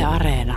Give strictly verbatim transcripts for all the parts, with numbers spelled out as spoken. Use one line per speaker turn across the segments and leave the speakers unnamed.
Yle Areena.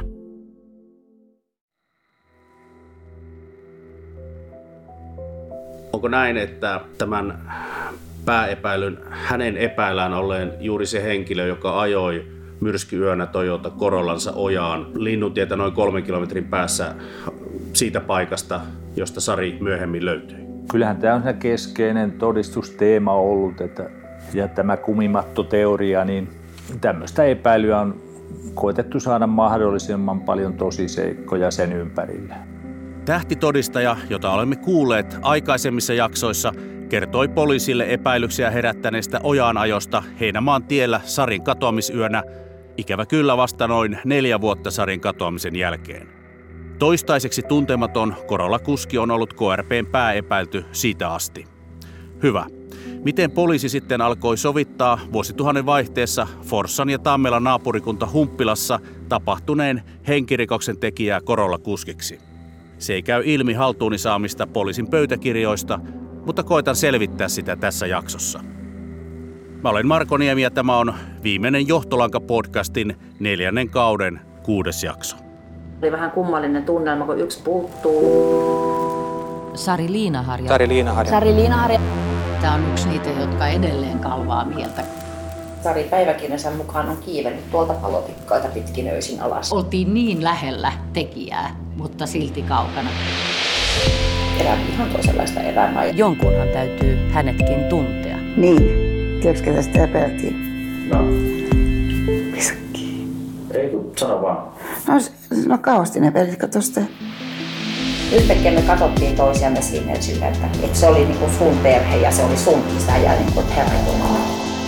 Onko näin, että tämän pääepäilyn, hänen epäillään olleen juuri se henkilö, joka ajoi myrskyyönä Toyota Corollansa ojaan Linnuntietä noin kolmen kilometrin päässä siitä paikasta, josta Sari myöhemmin löytyi?
Kyllähän tämä on se keskeinen todistusteema ollut, että, ja tämä kumimattoteoria, niin tämmöistä epäilyä on koetettu saada mahdollisimman paljon tosiseikkoja sen ympärille.
Tähtitodistaja, jota olemme kuulleet aikaisemmissa jaksoissa, kertoi poliisille epäilyksiä herättäneestä ojaanajosta Heinämaan tiellä Sarin katoamisyönä, ikävä kyllä vasta noin neljä vuotta Sarin katoamisen jälkeen. Toistaiseksi tuntematon Corolla-kuski on ollut K R P:n pääepäilty siitä asti. Hyvä. Miten poliisi sitten alkoi sovittaa vuosituhannen vaihteessa Forssan ja Tammelan naapurikunta Humppilassa tapahtuneen henkirikoksen tekijää Corolla-kuskiksi? Se ei käy ilmi haltuuni saamista poliisin pöytäkirjoista, mutta koitan selvittää sitä tässä jaksossa. Mä olen Marko Niemi ja tämä on viimeinen Johtolanka-podcastin neljännen kauden kuudes jakso.
Oli vähän kummallinen tunnelma, kun yksi puuttuu.
Sari Liinaharja.
Sari Liinaharja.
Sari Liinaharja.
Tämä on yksi niitä, jotka edelleen kalvaa mieltä.
Sari päiväkirjansa mukaan on kiivennyt tuolta palotikkaita pitkin öisin alas.
Oltiin niin lähellä tekijää, mutta silti kaukana.
Elämä ihan toisenlaista elämää.
Jonkunhan täytyy hänetkin tuntea.
Niin. Tiedätkö, ketä sitä epäiltiin?
No.
Pisakki.
Ei kun sano vaan.
No, no kauheasti ne pelit, katso sitä.
Yhtäkkiä me katsottiin toisiamme siinä sillä, että, että se oli niin kuin sun perhe ja se oli sun isä ja niin kuin herra Jumala.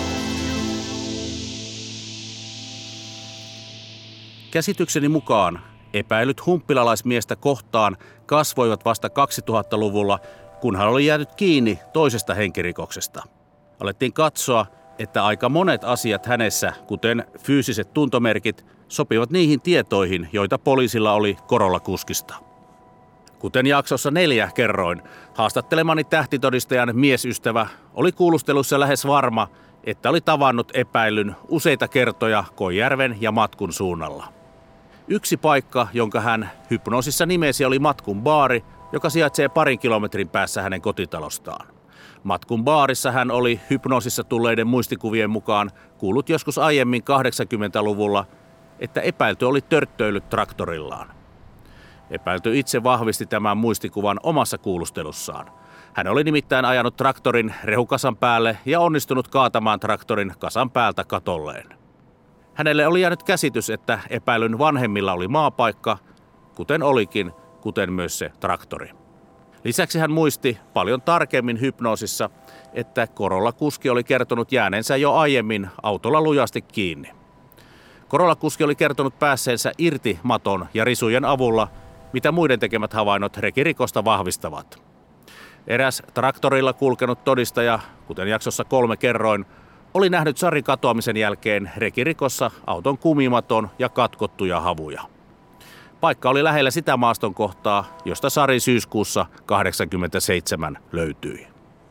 Käsitykseni mukaan epäilyt humppilalaismiestä kohtaan kasvoivat vasta kaksituhattaluvulla, kun hän oli jäänyt kiinni toisesta henkirikoksesta. Alettiin katsoa, että aika monet asiat hänessä, kuten fyysiset tuntomerkit, sopivat niihin tietoihin, joita poliisilla oli Corolla-kuskista. Kuten jaksossa neljä kerroin, haastattelemani tähtitodistajan miesystävä oli kuulustelussa lähes varma, että oli tavannut epäilyn useita kertoja Koijärven ja Matkun suunnalla. Yksi paikka, jonka hän hypnoosissa nimesi, oli Matkun baari, joka sijaitsee parin kilometrin päässä hänen kotitalostaan. Matkun baarissa hän oli hypnoosissa tulleiden muistikuvien mukaan kuullut joskus aiemmin kahdeksankymmentäluvulla, että epäilty oli törttöillyt traktorillaan. Epäilty itse vahvisti tämän muistikuvan omassa kuulustelussaan. Hän oli nimittäin ajanut traktorin rehukasan päälle ja onnistunut kaatamaan traktorin kasan päältä katolleen. Hänelle oli jäänyt käsitys, että epäilyn vanhemmilla oli maapaikka, kuten olikin, kuten myös se traktori. Lisäksi hän muisti paljon tarkemmin hypnoosissa, että Corolla-kuski oli kertonut jääneensä jo aiemmin autolla lujasti kiinni. Corolla-kuski oli kertonut päässeensä irti maton ja risujen avulla, mitä muiden tekemät havainnot rekirikosta vahvistavat. Eräs traktorilla kulkenut todistaja, kuten jaksossa kolme kerroin, oli nähnyt Sarin katoamisen jälkeen rekirikossa auton kumimaton ja katkottuja havuja. Paikka oli lähellä sitä maaston kohtaa, josta Sari syyskuussa kahdeksankymmentäseitsemän löytyi.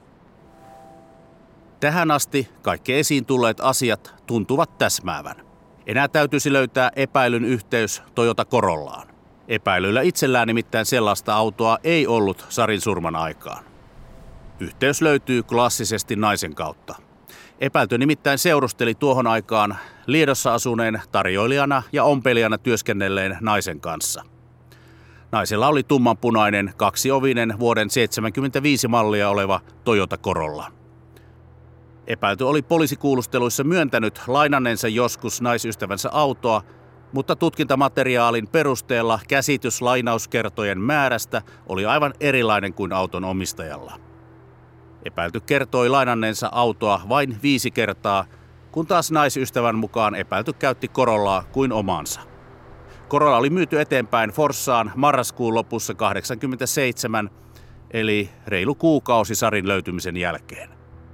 Tähän asti kaikki esiin tulleet asiat tuntuvat täsmäävän. Enää täytyisi löytää epäilyn yhteys Toyota Corollaan. Epäilyllä itsellään nimittäin sellaista autoa ei ollut Sarin surman aikaan. Yhteys löytyy klassisesti naisen kautta. Epäilty nimittäin seurusteli tuohon aikaan Liedossa asuneen tarjoilijana ja ompelijana työskennelleen naisen kanssa. Naisella oli tummanpunainen, kaksiovinen vuoden seitsemänkymmentäviisi mallia oleva Toyota Corolla. Epäilty oli poliisikuulusteluissa myöntänyt lainanneensa joskus naisystävänsä autoa, mutta tutkintamateriaalin perusteella käsitys lainauskertojen määrästä oli aivan erilainen kuin auton omistajalla. Epäilty kertoi lainanneensa autoa vain viisi kertaa, kun taas naisystävän mukaan epäilty käytti Corollaa kuin omansa. Corolla oli myyty eteenpäin Forssaan marraskuun lopussa kahdeksankymmentäseitsemän, eli reilu kuukausi Sarin löytymisen jälkeen.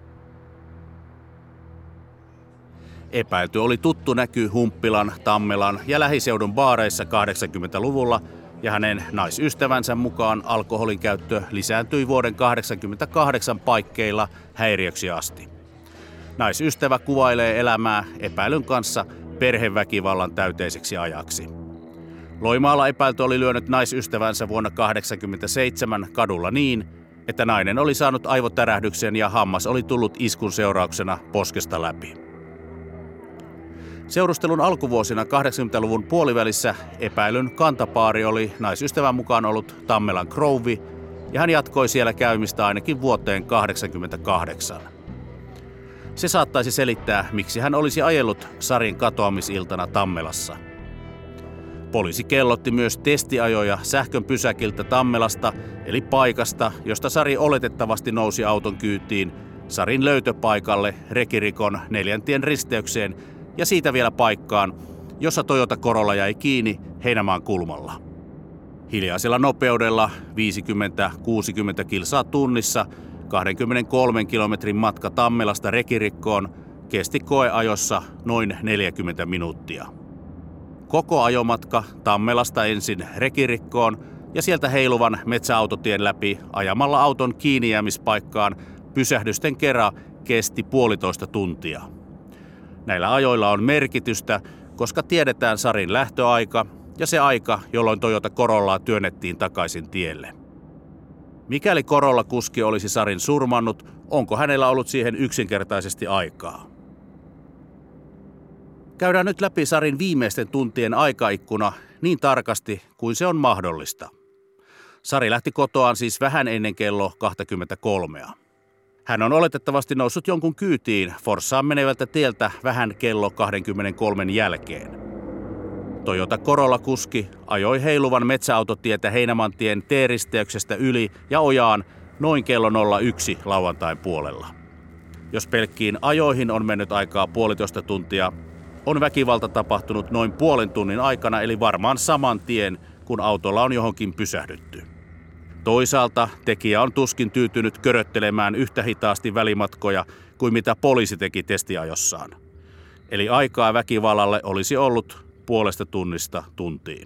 Epäilty oli tuttu näky Humppilan, Tammelan ja lähiseudun baareissa kahdeksankymmentäluvulla, ja hänen naisystävänsä mukaan alkoholin käyttö lisääntyi vuoden kahdeksankymmentäkahdeksan paikkeilla häiriöksi asti. Naisystävä kuvailee elämää epäilyn kanssa perheväkivallan täyteiseksi ajaksi. Loimaalla epäilty oli lyönyt naisystävänsä vuonna tuhatyhdeksänsataakahdeksankymmentäseitsemän kadulla niin, että nainen oli saanut aivotärähdyksen ja hammas oli tullut iskun seurauksena poskesta läpi. Seurustelun alkuvuosina kahdeksankymmentäluvun puolivälissä epäilyn kantapaari oli naisystävän mukaan ollut Tammelan Krouvi, ja hän jatkoi siellä käymistä ainakin vuoteen kahdeksankymmentäkahdeksan. Se saattaisi selittää, miksi hän olisi ajellut Sarin katoamisiltana Tammelassa. Poliisi kellotti myös testiajoja sähkön pysäkiltä Tammelasta, eli paikasta, josta Sari oletettavasti nousi auton kyytiin, Sarin löytöpaikalle Rekirikon neljäntien risteykseen ja siitä vielä paikkaan, jossa Toyota Corolla jäi kiinni Heinämaan kulmalla. Hiljaisella nopeudella viisikymmentä kuusikymmentä kilsaa tunnissa kaksikymmentäkolme kilometrin matka Tammelasta Rekirikkoon kesti koeajossa noin neljäkymmentä minuuttia. Koko ajomatka Tammelasta ensin Rekirikkoon ja sieltä heiluvan metsäautotien läpi ajamalla auton kiinnijäämispaikkaan pysähdysten kera kesti puolitoista tuntia. Näillä ajoilla on merkitystä, koska tiedetään Sarin lähtöaika ja se aika, jolloin Toyota Corollaa työnnettiin takaisin tielle. Mikäli Corolla-kuski olisi Sarin surmannut, onko hänellä ollut siihen yksinkertaisesti aikaa? Käydään nyt läpi Sarin viimeisten tuntien aikaikkuna niin tarkasti kuin se on mahdollista. Sari lähti kotoaan siis vähän ennen kello kaksikymmentäkolme. Hän on oletettavasti noussut jonkun kyytiin Forssaan menevältä tieltä vähän kello kaksikymmentäkolme jälkeen. Toyota Corolla-kuski ajoi heiluvan metsäautotietä Heinämantien T-risteyksestä yli ja ojaan noin kello nolla yksi lauantain puolella. Jos pelkkiin ajoihin on mennyt aikaa puolitoista tuntia, on väkivalta tapahtunut noin puolen tunnin aikana, eli varmaan saman tien, kun autolla on johonkin pysähdytty. Toisaalta tekijä on tuskin tyytynyt köröttelemään yhtä hitaasti välimatkoja kuin mitä poliisi teki testiajossaan. Eli aikaa väkivallalle olisi ollut puolesta tunnista tuntiin.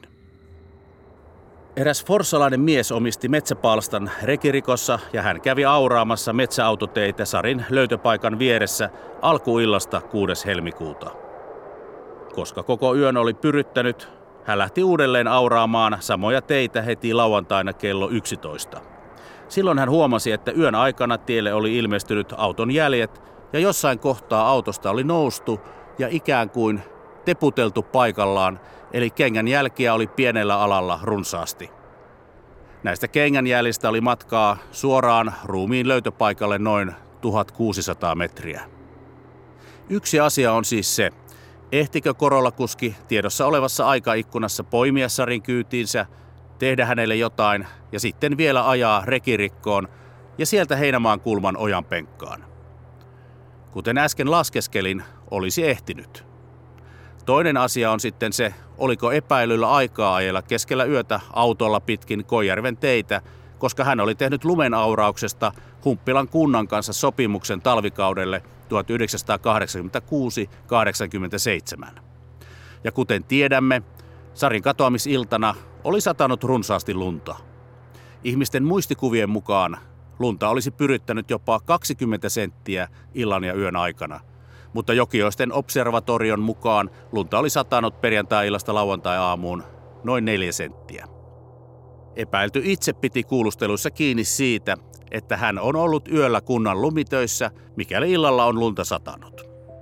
Eräs forssalainen mies omisti metsäpalstan Rekirikossa ja hän kävi auraamassa metsäautoteitä Sarin löytöpaikan vieressä alkuillasta kuudes helmikuuta. Koska koko yön oli pyryttänyt, hän lähti uudelleen auraamaan samoja teitä heti lauantaina kello yksitoista. Silloin hän huomasi, että yön aikana tielle oli ilmestynyt auton jäljet ja jossain kohtaa autosta oli noustu ja ikään kuin teputeltu paikallaan, eli kengänjälkiä oli pienellä alalla runsaasti. Näistä kengänjäljistä oli matkaa suoraan ruumiin löytöpaikalle noin tuhatkuusisataa metriä. Yksi asia on siis se, ehtikö Corolla-kuski tiedossa olevassa aikaikkunassa poimia Sarin kyytiinsä, tehdä hänelle jotain ja sitten vielä ajaa Rekirikkoon ja sieltä Heinämaan kulman ojanpenkkaan. Kuten äsken laskeskelin, olisi ehtinyt. Toinen asia on sitten se, oliko epäilyllä aikaa ajella keskellä yötä autolla pitkin Koijärven teitä, koska hän oli tehnyt lumenaurauksesta Humppilan kunnan kanssa sopimuksen talvikaudelle tuhatyhdeksänsataakahdeksankymmentäkuusi kahdeksankymmentäseitsemän. Ja kuten tiedämme, Sarin katoamisiltana oli satanut runsaasti lunta. Ihmisten muistikuvien mukaan lunta olisi pyryttänyt jopa kaksikymmentä senttiä illan ja yön aikana, mutta Jokioisten observatorion mukaan lunta oli satanut perjantai-illasta lauantai-aamuun noin neljä senttiä. Epäilty itse piti kuulusteluissa kiinni siitä, että hän on ollut yöllä kunnan lumitöissä, mikäli illalla on lunta satanut.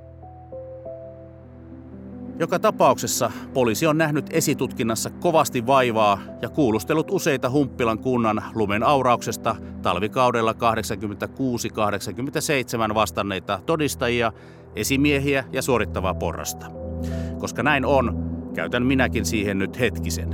Joka tapauksessa poliisi on nähnyt esitutkinnassa kovasti vaivaa ja kuulustellut useita Humppilan kunnan lumen aurauksesta talvikaudella kahdeksankymmentäkuusi kahdeksankymmentäseitsemän vastanneita todistajia, esimiehiä ja suorittavaa porrasta. Koska näin on, käytän minäkin siihen nyt hetkisen.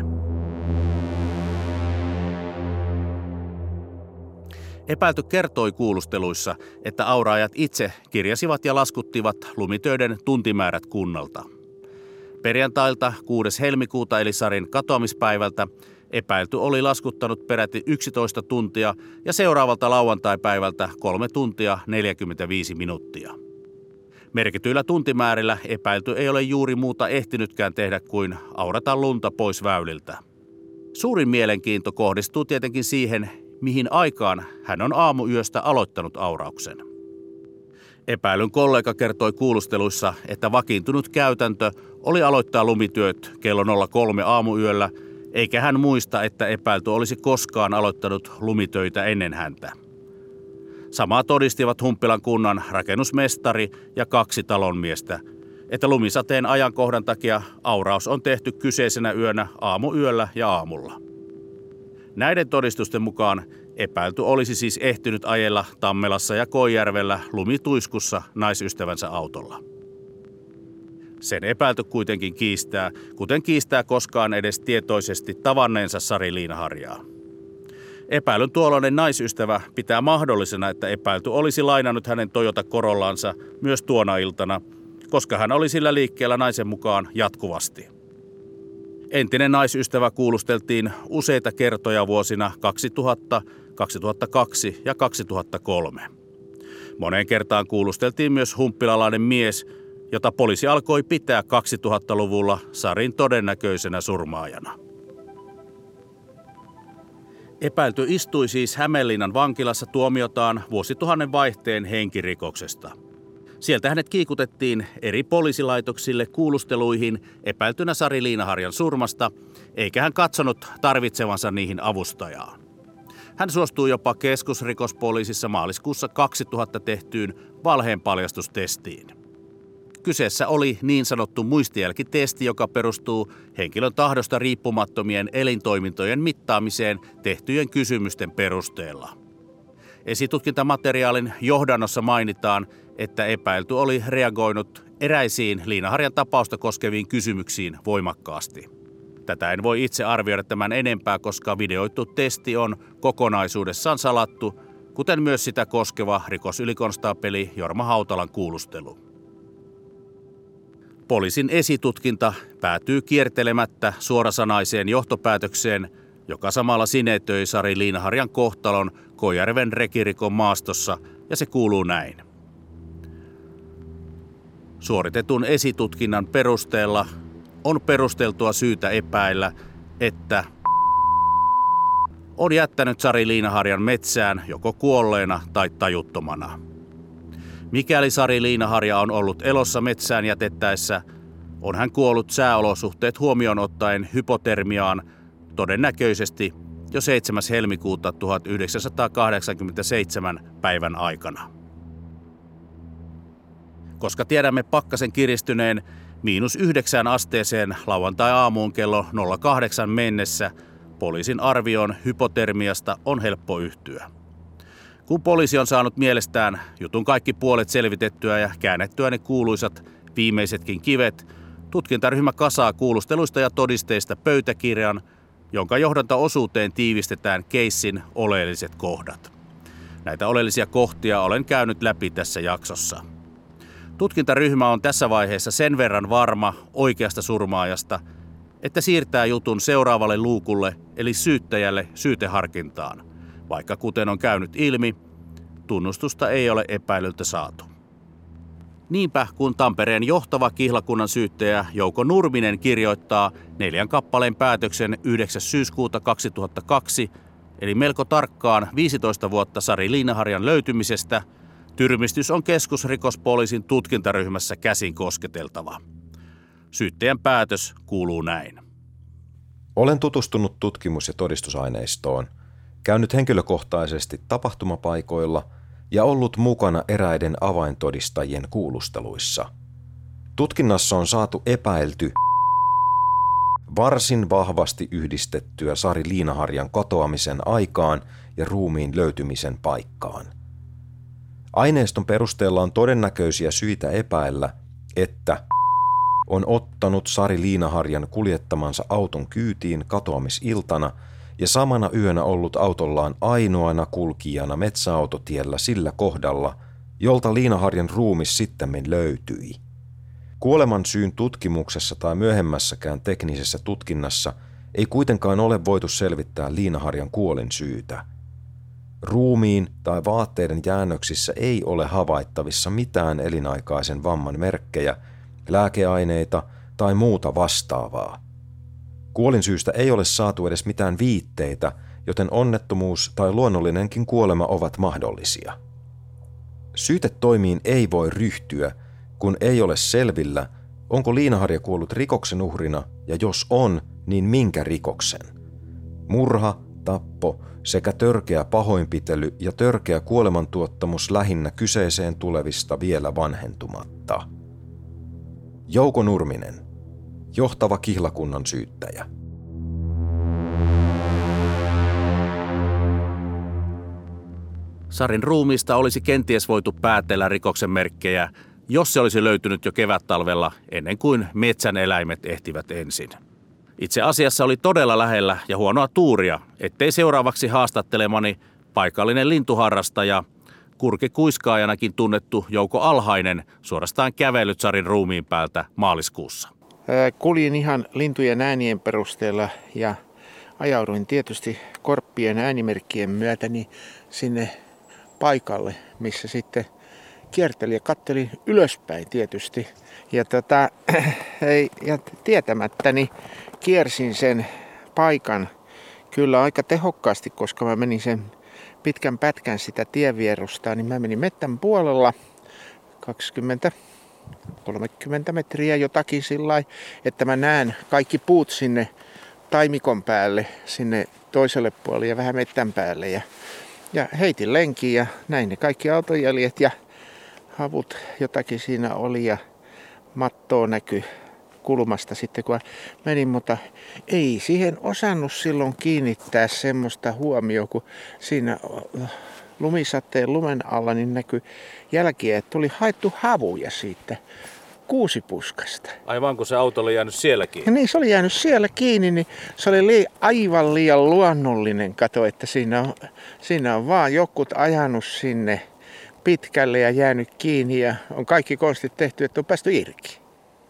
Epäilty kertoi kuulusteluissa, että auraajat itse kirjasivat ja laskuttivat lumitöiden tuntimäärät kunnalta. Perjantailta kuudes helmikuuta eli Sarin katoamispäivältä epäilty oli laskuttanut peräti yksitoista tuntia ja seuraavalta lauantaipäivältä kolme tuntia neljäkymmentäviisi minuuttia. Merkityillä tuntimäärillä epäilty ei ole juuri muuta ehtinytkään tehdä kuin aurata lunta pois väyliltä. Suurin mielenkiinto kohdistuu tietenkin siihen, mihin aikaan hän on aamuyöstä aloittanut aurauksen. Epäilyn kollega kertoi kuulusteluissa, että vakiintunut käytäntö oli aloittaa lumityöt kello nolla kolme aamuyöllä eikä hän muista, että epäilty olisi koskaan aloittanut lumitöitä ennen häntä. Samaa todistivat Humppilan kunnan rakennusmestari ja kaksi talonmiestä, että lumisateen ajankohdan takia auraus on tehty kyseisenä yönä aamuyöllä ja aamulla. Näiden todistusten mukaan epäilty olisi siis ehtinyt ajella Tammelassa ja Koijärvellä lumituiskussa naisystävänsä autolla. Sen epäilty kuitenkin kiistää, kuten kiistää koskaan edes tietoisesti tavanneensa Sari Liinaharjaa. Epäilyn tuolloinen naisystävä pitää mahdollisena, että epäilty olisi lainannut hänen Toyota Corollansa myös tuona iltana, koska hän oli sillä liikkeellä naisen mukaan jatkuvasti. Entinen naisystävä kuulusteltiin useita kertoja vuosina kaksituhatta, kaksituhattakaksi ja kaksituhattakolme. Moneen kertaan kuulusteltiin myös humppilalainen mies, jota poliisi alkoi pitää kaksituhattaluvulla Sarin todennäköisenä surmaajana. Epäilty istui siis Hämeenlinnan vankilassa tuomiotaan vuosituhannen vaihteen henkirikoksesta. Sieltä hänet kiikutettiin eri poliisilaitoksille kuulusteluihin epäiltynä Sari Liinaharjan surmasta, eikä hän katsonut tarvitsevansa niihin avustajaa. Hän suostui jopa keskusrikospoliisissa maaliskuussa kaksituhatta tehtyyn valheenpaljastustestiin. Kyseessä oli niin sanottu muistijälkitesti, joka perustuu henkilön tahdosta riippumattomien elintoimintojen mittaamiseen tehtyjen kysymysten perusteella. Esitutkintamateriaalin johdannossa mainitaan, että epäilty oli reagoinut eräisiin Liinaharjan tapausta koskeviin kysymyksiin voimakkaasti. Tätä en voi itse arvioida tämän enempää, koska videoitu testi on kokonaisuudessaan salattu, kuten myös sitä koskeva rikosylikonstaapeli Jorma Hautalan kuulustelu. Poliisin esitutkinta päätyy kiertelemättä suorasanaiseen johtopäätökseen, joka samalla sinetöi Sari Liinaharjan kohtalon Koijärven rekirikon maastossa, ja se kuuluu näin. Suoritetun esitutkinnan perusteella on perusteltua syytä epäillä, että on jättänyt Sari Liinaharjan metsään joko kuolleena tai tajuttomana. Mikäli Sari Liinaharja on ollut elossa metsään jätettäessä, on hän kuollut sääolosuhteet huomioon ottaen hypotermiaan todennäköisesti jo seitsemäs helmikuuta tuhatyhdeksänsataakahdeksankymmentäseitsemän päivän aikana. Koska tiedämme pakkasen kiristyneen miinus yhdeksään asteeseen lauantai-aamuun kello nolla kahdeksan mennessä, poliisin arvioon hypotermiasta on helppo yhtyä. Kun poliisi on saanut mielestään jutun kaikki puolet selvitettyä ja käännettyä ne kuuluisat viimeisetkin kivet, tutkintaryhmä kasaa kuulusteluista ja todisteista pöytäkirjan, jonka johdanto-osuuteen tiivistetään keissin oleelliset kohdat. Näitä oleellisia kohtia olen käynyt läpi tässä jaksossa. Tutkintaryhmä on tässä vaiheessa sen verran varma oikeasta surmaajasta, että siirtää jutun seuraavalle luukulle eli syyttäjälle syyteharkintaan, vaikka kuten on käynyt ilmi, tunnustusta ei ole epäilyltä saatu. Niinpä kun Tampereen johtava kihlakunnan syyttäjä Jouko Nurminen kirjoittaa neljän kappaleen päätöksen yhdeksäs syyskuuta kaksituhattakaksi, eli melko tarkkaan viisitoista vuotta Sari Liinaharjan löytymisestä, tyrmistys on keskusrikospoliisin tutkintaryhmässä käsin kosketeltava. Syyttäjän päätös kuuluu näin.
Olen tutustunut tutkimus- ja todistusaineistoon, käynyt henkilökohtaisesti tapahtumapaikoilla ja ollut mukana eräiden avaintodistajien kuulusteluissa. Tutkinnassa on saatu epäilty varsin vahvasti yhdistettyä Sari Liinaharjan katoamisen aikaan ja ruumiin löytymisen paikkaan. Aineiston perusteella on todennäköisiä syitä epäillä, että on ottanut Sari Liinaharjan kuljettamansa auton kyytiin katoamisiltana ja samana yönä ollut autollaan ainoana kulkijana metsäautotiellä sillä kohdalla, jolta Liinaharjan ruumis sittemmin löytyi. Kuoleman syyn tutkimuksessa tai myöhemmässäkään teknisessä tutkinnassa ei kuitenkaan ole voitu selvittää Liinaharjan kuolin syytä. Ruumiin tai vaatteiden jäännöksissä ei ole havaittavissa mitään elinaikaisen vamman merkkejä, lääkeaineita tai muuta vastaavaa. Kuolinsyystä ei ole saatu edes mitään viitteitä, joten onnettomuus tai luonnollinenkin kuolema ovat mahdollisia. Syytetoimiin ei voi ryhtyä, kun ei ole selvillä, Onko Liinaharja kuollut rikoksen uhrina ja jos on, niin minkä rikoksen? Murha, tappo sekä törkeä pahoinpitely ja törkeä kuolemantuottamus lähinnä kyseeseen tulevista vielä vanhentumatta. Jouko Nurminen, johtava kihlakunnan syyttäjä.
Sarin ruumiista olisi kenties voitu päätellä rikoksen merkkejä, jos se olisi löytynyt jo kevättalvella ennen kuin metsän eläimet ehtivät ensin. Itse asiassa oli todella lähellä ja huonoa tuuria, ettei seuraavaksi haastattelemani paikallinen lintuharrastaja, kurkikuiskaajanakin tunnettu Jouko Alhainen, suorastaan kävellyt Sarin ruumiin päältä maaliskuussa.
Kuljin ihan lintujen äänien perusteella ja ajauduin tietysti korppien äänimerkkien myötäni sinne paikalle, missä sitten kiertelin ja kattelin ylöspäin tietysti. Ja, tota, ja tietämättäni kiersin sen paikan kyllä aika tehokkaasti, koska mä menin sen pitkän pätkän sitä tienvierusta, niin mä menin mettän puolella kaksikymmentä kolmekymmentä metriä jotakin sillä lailla, että mä näen kaikki puut sinne taimikon päälle, sinne toiselle puolelle ja vähän mettän päälle. Ja, ja heitin lenkiin ja näin ne kaikki autonjäljet ja havut jotakin siinä oli ja mattoa näkyi kulmasta sitten kun menin, mutta ei siihen osannut silloin kiinnittää semmoista huomioon, kun siinä lumisateen lumen alla niin näkyi jälkiä, että tuli haettu havuja siitä kuusipuskasta.
Aivan kun se auto oli jäänyt siellä kiinni.
Ja niin, se oli jäänyt siellä kiinni, niin se oli li- aivan liian luonnollinen kato, että siinä on, siinä on vaan jokut ajanut sinne pitkälle ja jäänyt kiinni ja on kaikki konstit tehty, että on päästy irki.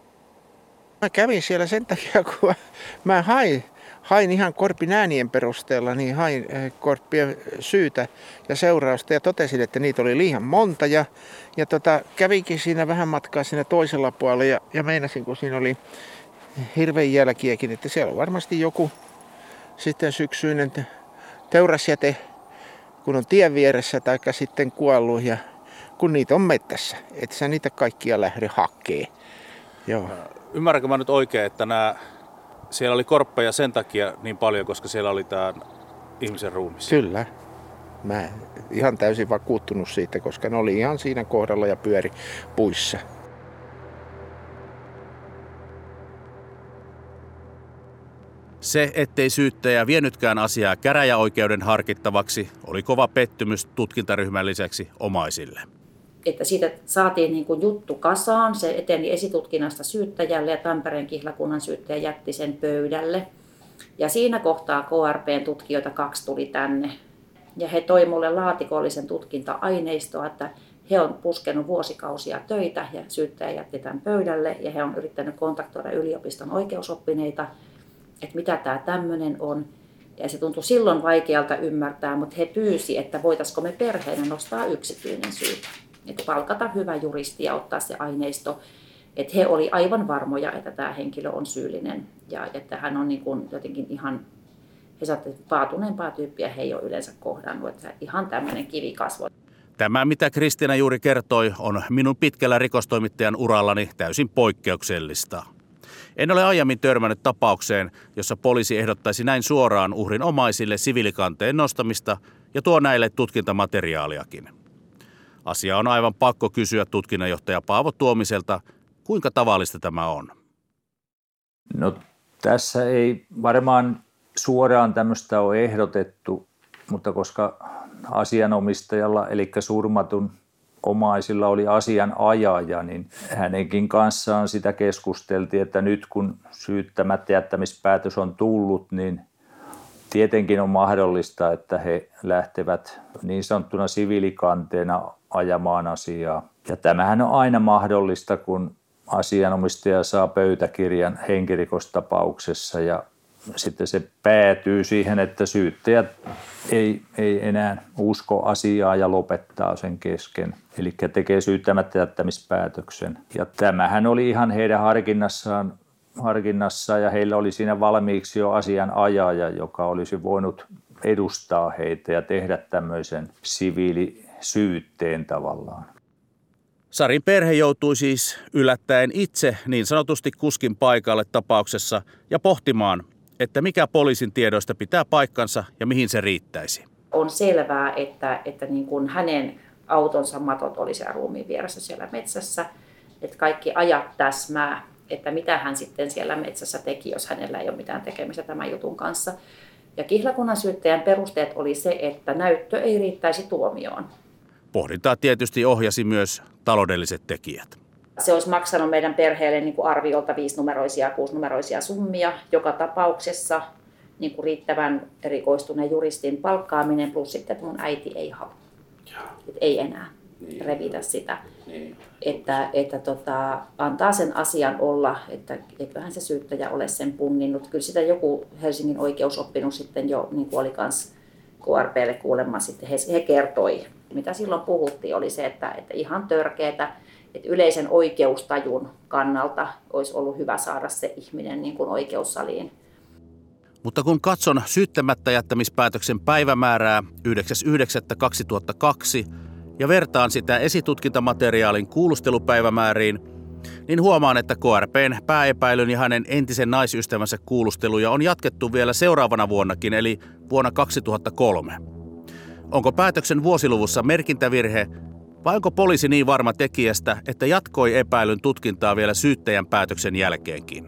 Mä kävin siellä sen takia, kun mä hain, hain ihan korpin äänien perusteella, niin hain korppien syytä ja seurausta ja totesin, että niitä oli liian monta. Ja, ja tota, kävinkin siinä vähän matkaa siinä toisella puolella ja, ja meinasin, kun siinä oli hirveän jälkiäkin, että siellä on varmasti joku sitten syksyinen teurasjäte, kun on tien vieressä tai sitten kuollut ja kun niitä on mettässä, et sä niitä kaikkia lähde hakkeen. Joo.
Ymmärränkö mä nyt oikein, että nämä, siellä oli korppeja sen takia niin paljon, koska siellä oli tämä ihmisen ruumis?
Kyllä. Mä ihan täysin vakuuttunut siitä, koska ne oli ihan siinä kohdalla ja pyöri puissa.
Se, ettei syyttäjä vienytkään asiaa käräjäoikeuden harkittavaksi, oli kova pettymys tutkintaryhmän lisäksi omaisille.
Että siitä saatiin niin kuin juttu kasaan, se eteni esitutkinnasta syyttäjälle ja Tampereen kihlakunnan syyttäjä jätti sen pöydälle. Ja siinä kohtaa K R P:n tutkijoita kaksi tuli tänne ja he toi mulle laatikollisen tutkinta-aineistoa, että he on puskenut vuosikausia töitä ja syyttäjä jätti tämän pöydälle ja he on yrittänyt kontaktoida yliopiston oikeusoppineita, että mitä tämä tämmöinen on. Ja se tuntui silloin vaikealta ymmärtää, mutta he pyysi, että voitaisiko me perheenä nostaa yksityinen syytä. Että palkata hyvä juristi ja ottaa se aineisto. Että he oli aivan varmoja, että tämä henkilö on syyllinen ja että hän on niin kuin jotenkin ihan, he sanoivat, että paatuneempaa tyyppiä he ei ole yleensä kohdannut, että ihan tämmöinen kivikasvo.
Tämä, mitä Kristiina juuri kertoi, on minun pitkällä rikostoimittajan urallani täysin poikkeuksellista. En ole aiemmin törmännyt tapaukseen, jossa poliisi ehdottaisi näin suoraan uhrin omaisille siviilikanteen nostamista ja tuo näille tutkintamateriaaliakin. Asia on aivan pakko kysyä tutkinnanjohtaja Paavo Tuomiselta, kuinka tavallista tämä on?
No tässä ei varmaan suoraan tämmöistä ole ehdotettu, mutta koska asianomistajalla eli surmatun omaisilla oli asianajaja, niin hänenkin kanssaan sitä keskusteltiin, että nyt kun syyttämättä jättämispäätös on tullut, niin tietenkin on mahdollista, että he lähtevät niin sanottuna siviilikanteena ajamaan asiaa. Ja tämähän on aina mahdollista, kun asianomistaja saa pöytäkirjan henkirikostapauksessa ja sitten se päätyy siihen, että syyttäjät ei, ei enää usko asiaa ja lopettaa sen kesken. Eli tekee syyttämättä jättämispäätöksen. Ja tämähän oli ihan heidän harkinnassaan, harkinnassaan ja heillä oli siinä valmiiksi jo asianajaja, joka olisi voinut edustaa heitä ja tehdä tämmöisen siviilisyytteen tavallaan.
Sarin perhe joutui siis yllättäen itse niin sanotusti kuskin paikalle tapauksessa ja pohtimaan, että mikä poliisin tiedoista pitää paikkansa ja mihin se riittäisi.
On selvää, että, että niin kuin hänen autonsa matot oli siellä ruumiin vieressä siellä metsässä, että kaikki ajat täsmää, että mitä hän sitten siellä metsässä teki, jos hänellä ei ole mitään tekemistä tämän jutun kanssa. Ja kihlakunnan syyttäjän perusteet oli se, että näyttö ei riittäisi tuomioon.
Pohdintaa tietysti ohjasi myös taloudelliset tekijät.
Se olisi maksanut meidän perheelle niin kuin arviolta viisinumeroisia ja kuusinumeroisia summia joka tapauksessa, niin kuin riittävän erikoistuneen juristin palkkaaminen, plus sitten, että mun äiti ei halua. Että ei enää niin revitä sitä, niin että, että tota, antaa sen asian olla, että eiköhän se syyttäjä ole sen punninnut. Kyllä sitä joku Helsingin oikeusoppinut sitten jo, niin kuin oli kans K R P:lle kuulemma, sitten he, he kertoi. Mitä silloin puhuttiin oli se, että, että ihan törkeätä, että yleisen oikeustajun kannalta olisi ollut hyvä saada se ihminen niin kuin oikeussaliin.
Mutta kun katson syyttämättä jättämispäätöksen päivämäärää yhdeksäs yhdeksättä kaksituhattakaksi ja vertaan sitä esitutkintamateriaalin kuulustelupäivämääriin, niin huomaan, että K R P:n pääepäilyn ja hänen entisen naisystävänsä kuulusteluja on jatkettu vielä seuraavana vuonnakin, eli vuonna kaksituhattakolme. Onko päätöksen vuosiluvussa merkintävirhe vai onko poliisi niin varma tekijästä, että jatkoi epäilyn tutkintaa vielä syyttäjän päätöksen jälkeenkin?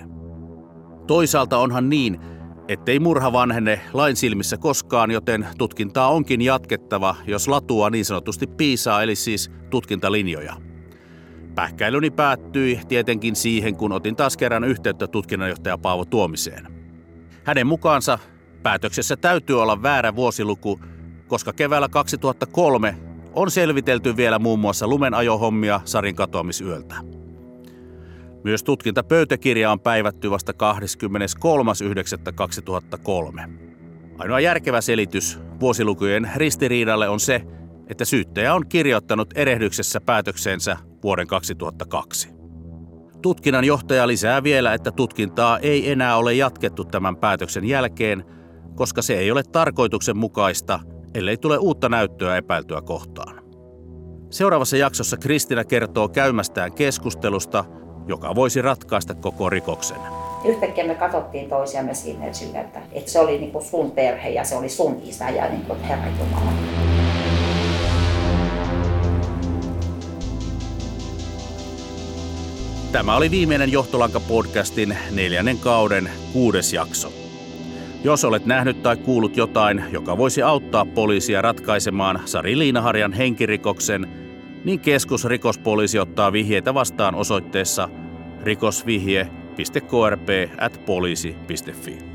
Toisaalta onhan niin, ettei murha vanhene lain silmissä koskaan, joten tutkintaa onkin jatkettava, jos latua niin sanotusti piisaa, eli siis tutkintalinjoja. Pähkäilyni päättyi tietenkin siihen, kun otin taas kerran yhteyttä tutkinnanjohtaja Paavo Tuomiseen. Hänen mukaansa päätöksessä täytyy olla väärä vuosiluku, koska keväällä kaksituhattakolme on selvitelty vielä muun muassa lumenajohommia Sarin katoamisyöltä. Myös tutkintapöytäkirja on päivätty vasta kahdeskymmeneskolmas yhdeksättä kaksituhattakolme. Ainoa järkevä selitys vuosilukujen ristiriidalle on se, että syyttäjä on kirjoittanut erehdyksessä päätöksensä vuoden kaksituhattakaksi. Tutkinnan johtaja lisää vielä, että tutkintaa ei enää ole jatkettu tämän päätöksen jälkeen, koska se ei ole tarkoituksenmukaista, ellei tule uutta näyttöä epäiltyä kohtaan. Seuraavassa jaksossa Kristiina kertoo käymästään keskustelusta, joka voisi ratkaista koko rikoksen.
Yhtäkkiä me katsottiin toisiamme siinä sillä, että, että se oli niin kuin sun perhe ja se oli sun isä ja niin kuin Herra Jumala.
Tämä oli viimeinen Johtolanka-podcastin neljännen kauden kuudes jakso. Jos olet nähnyt tai kuullut jotain, joka voisi auttaa poliisia ratkaisemaan Sari Liinaharjan henkirikoksen, niin keskusrikospoliisi ottaa vihjeitä vastaan osoitteessa rikosvihje piste k r p ät poliisi piste f i.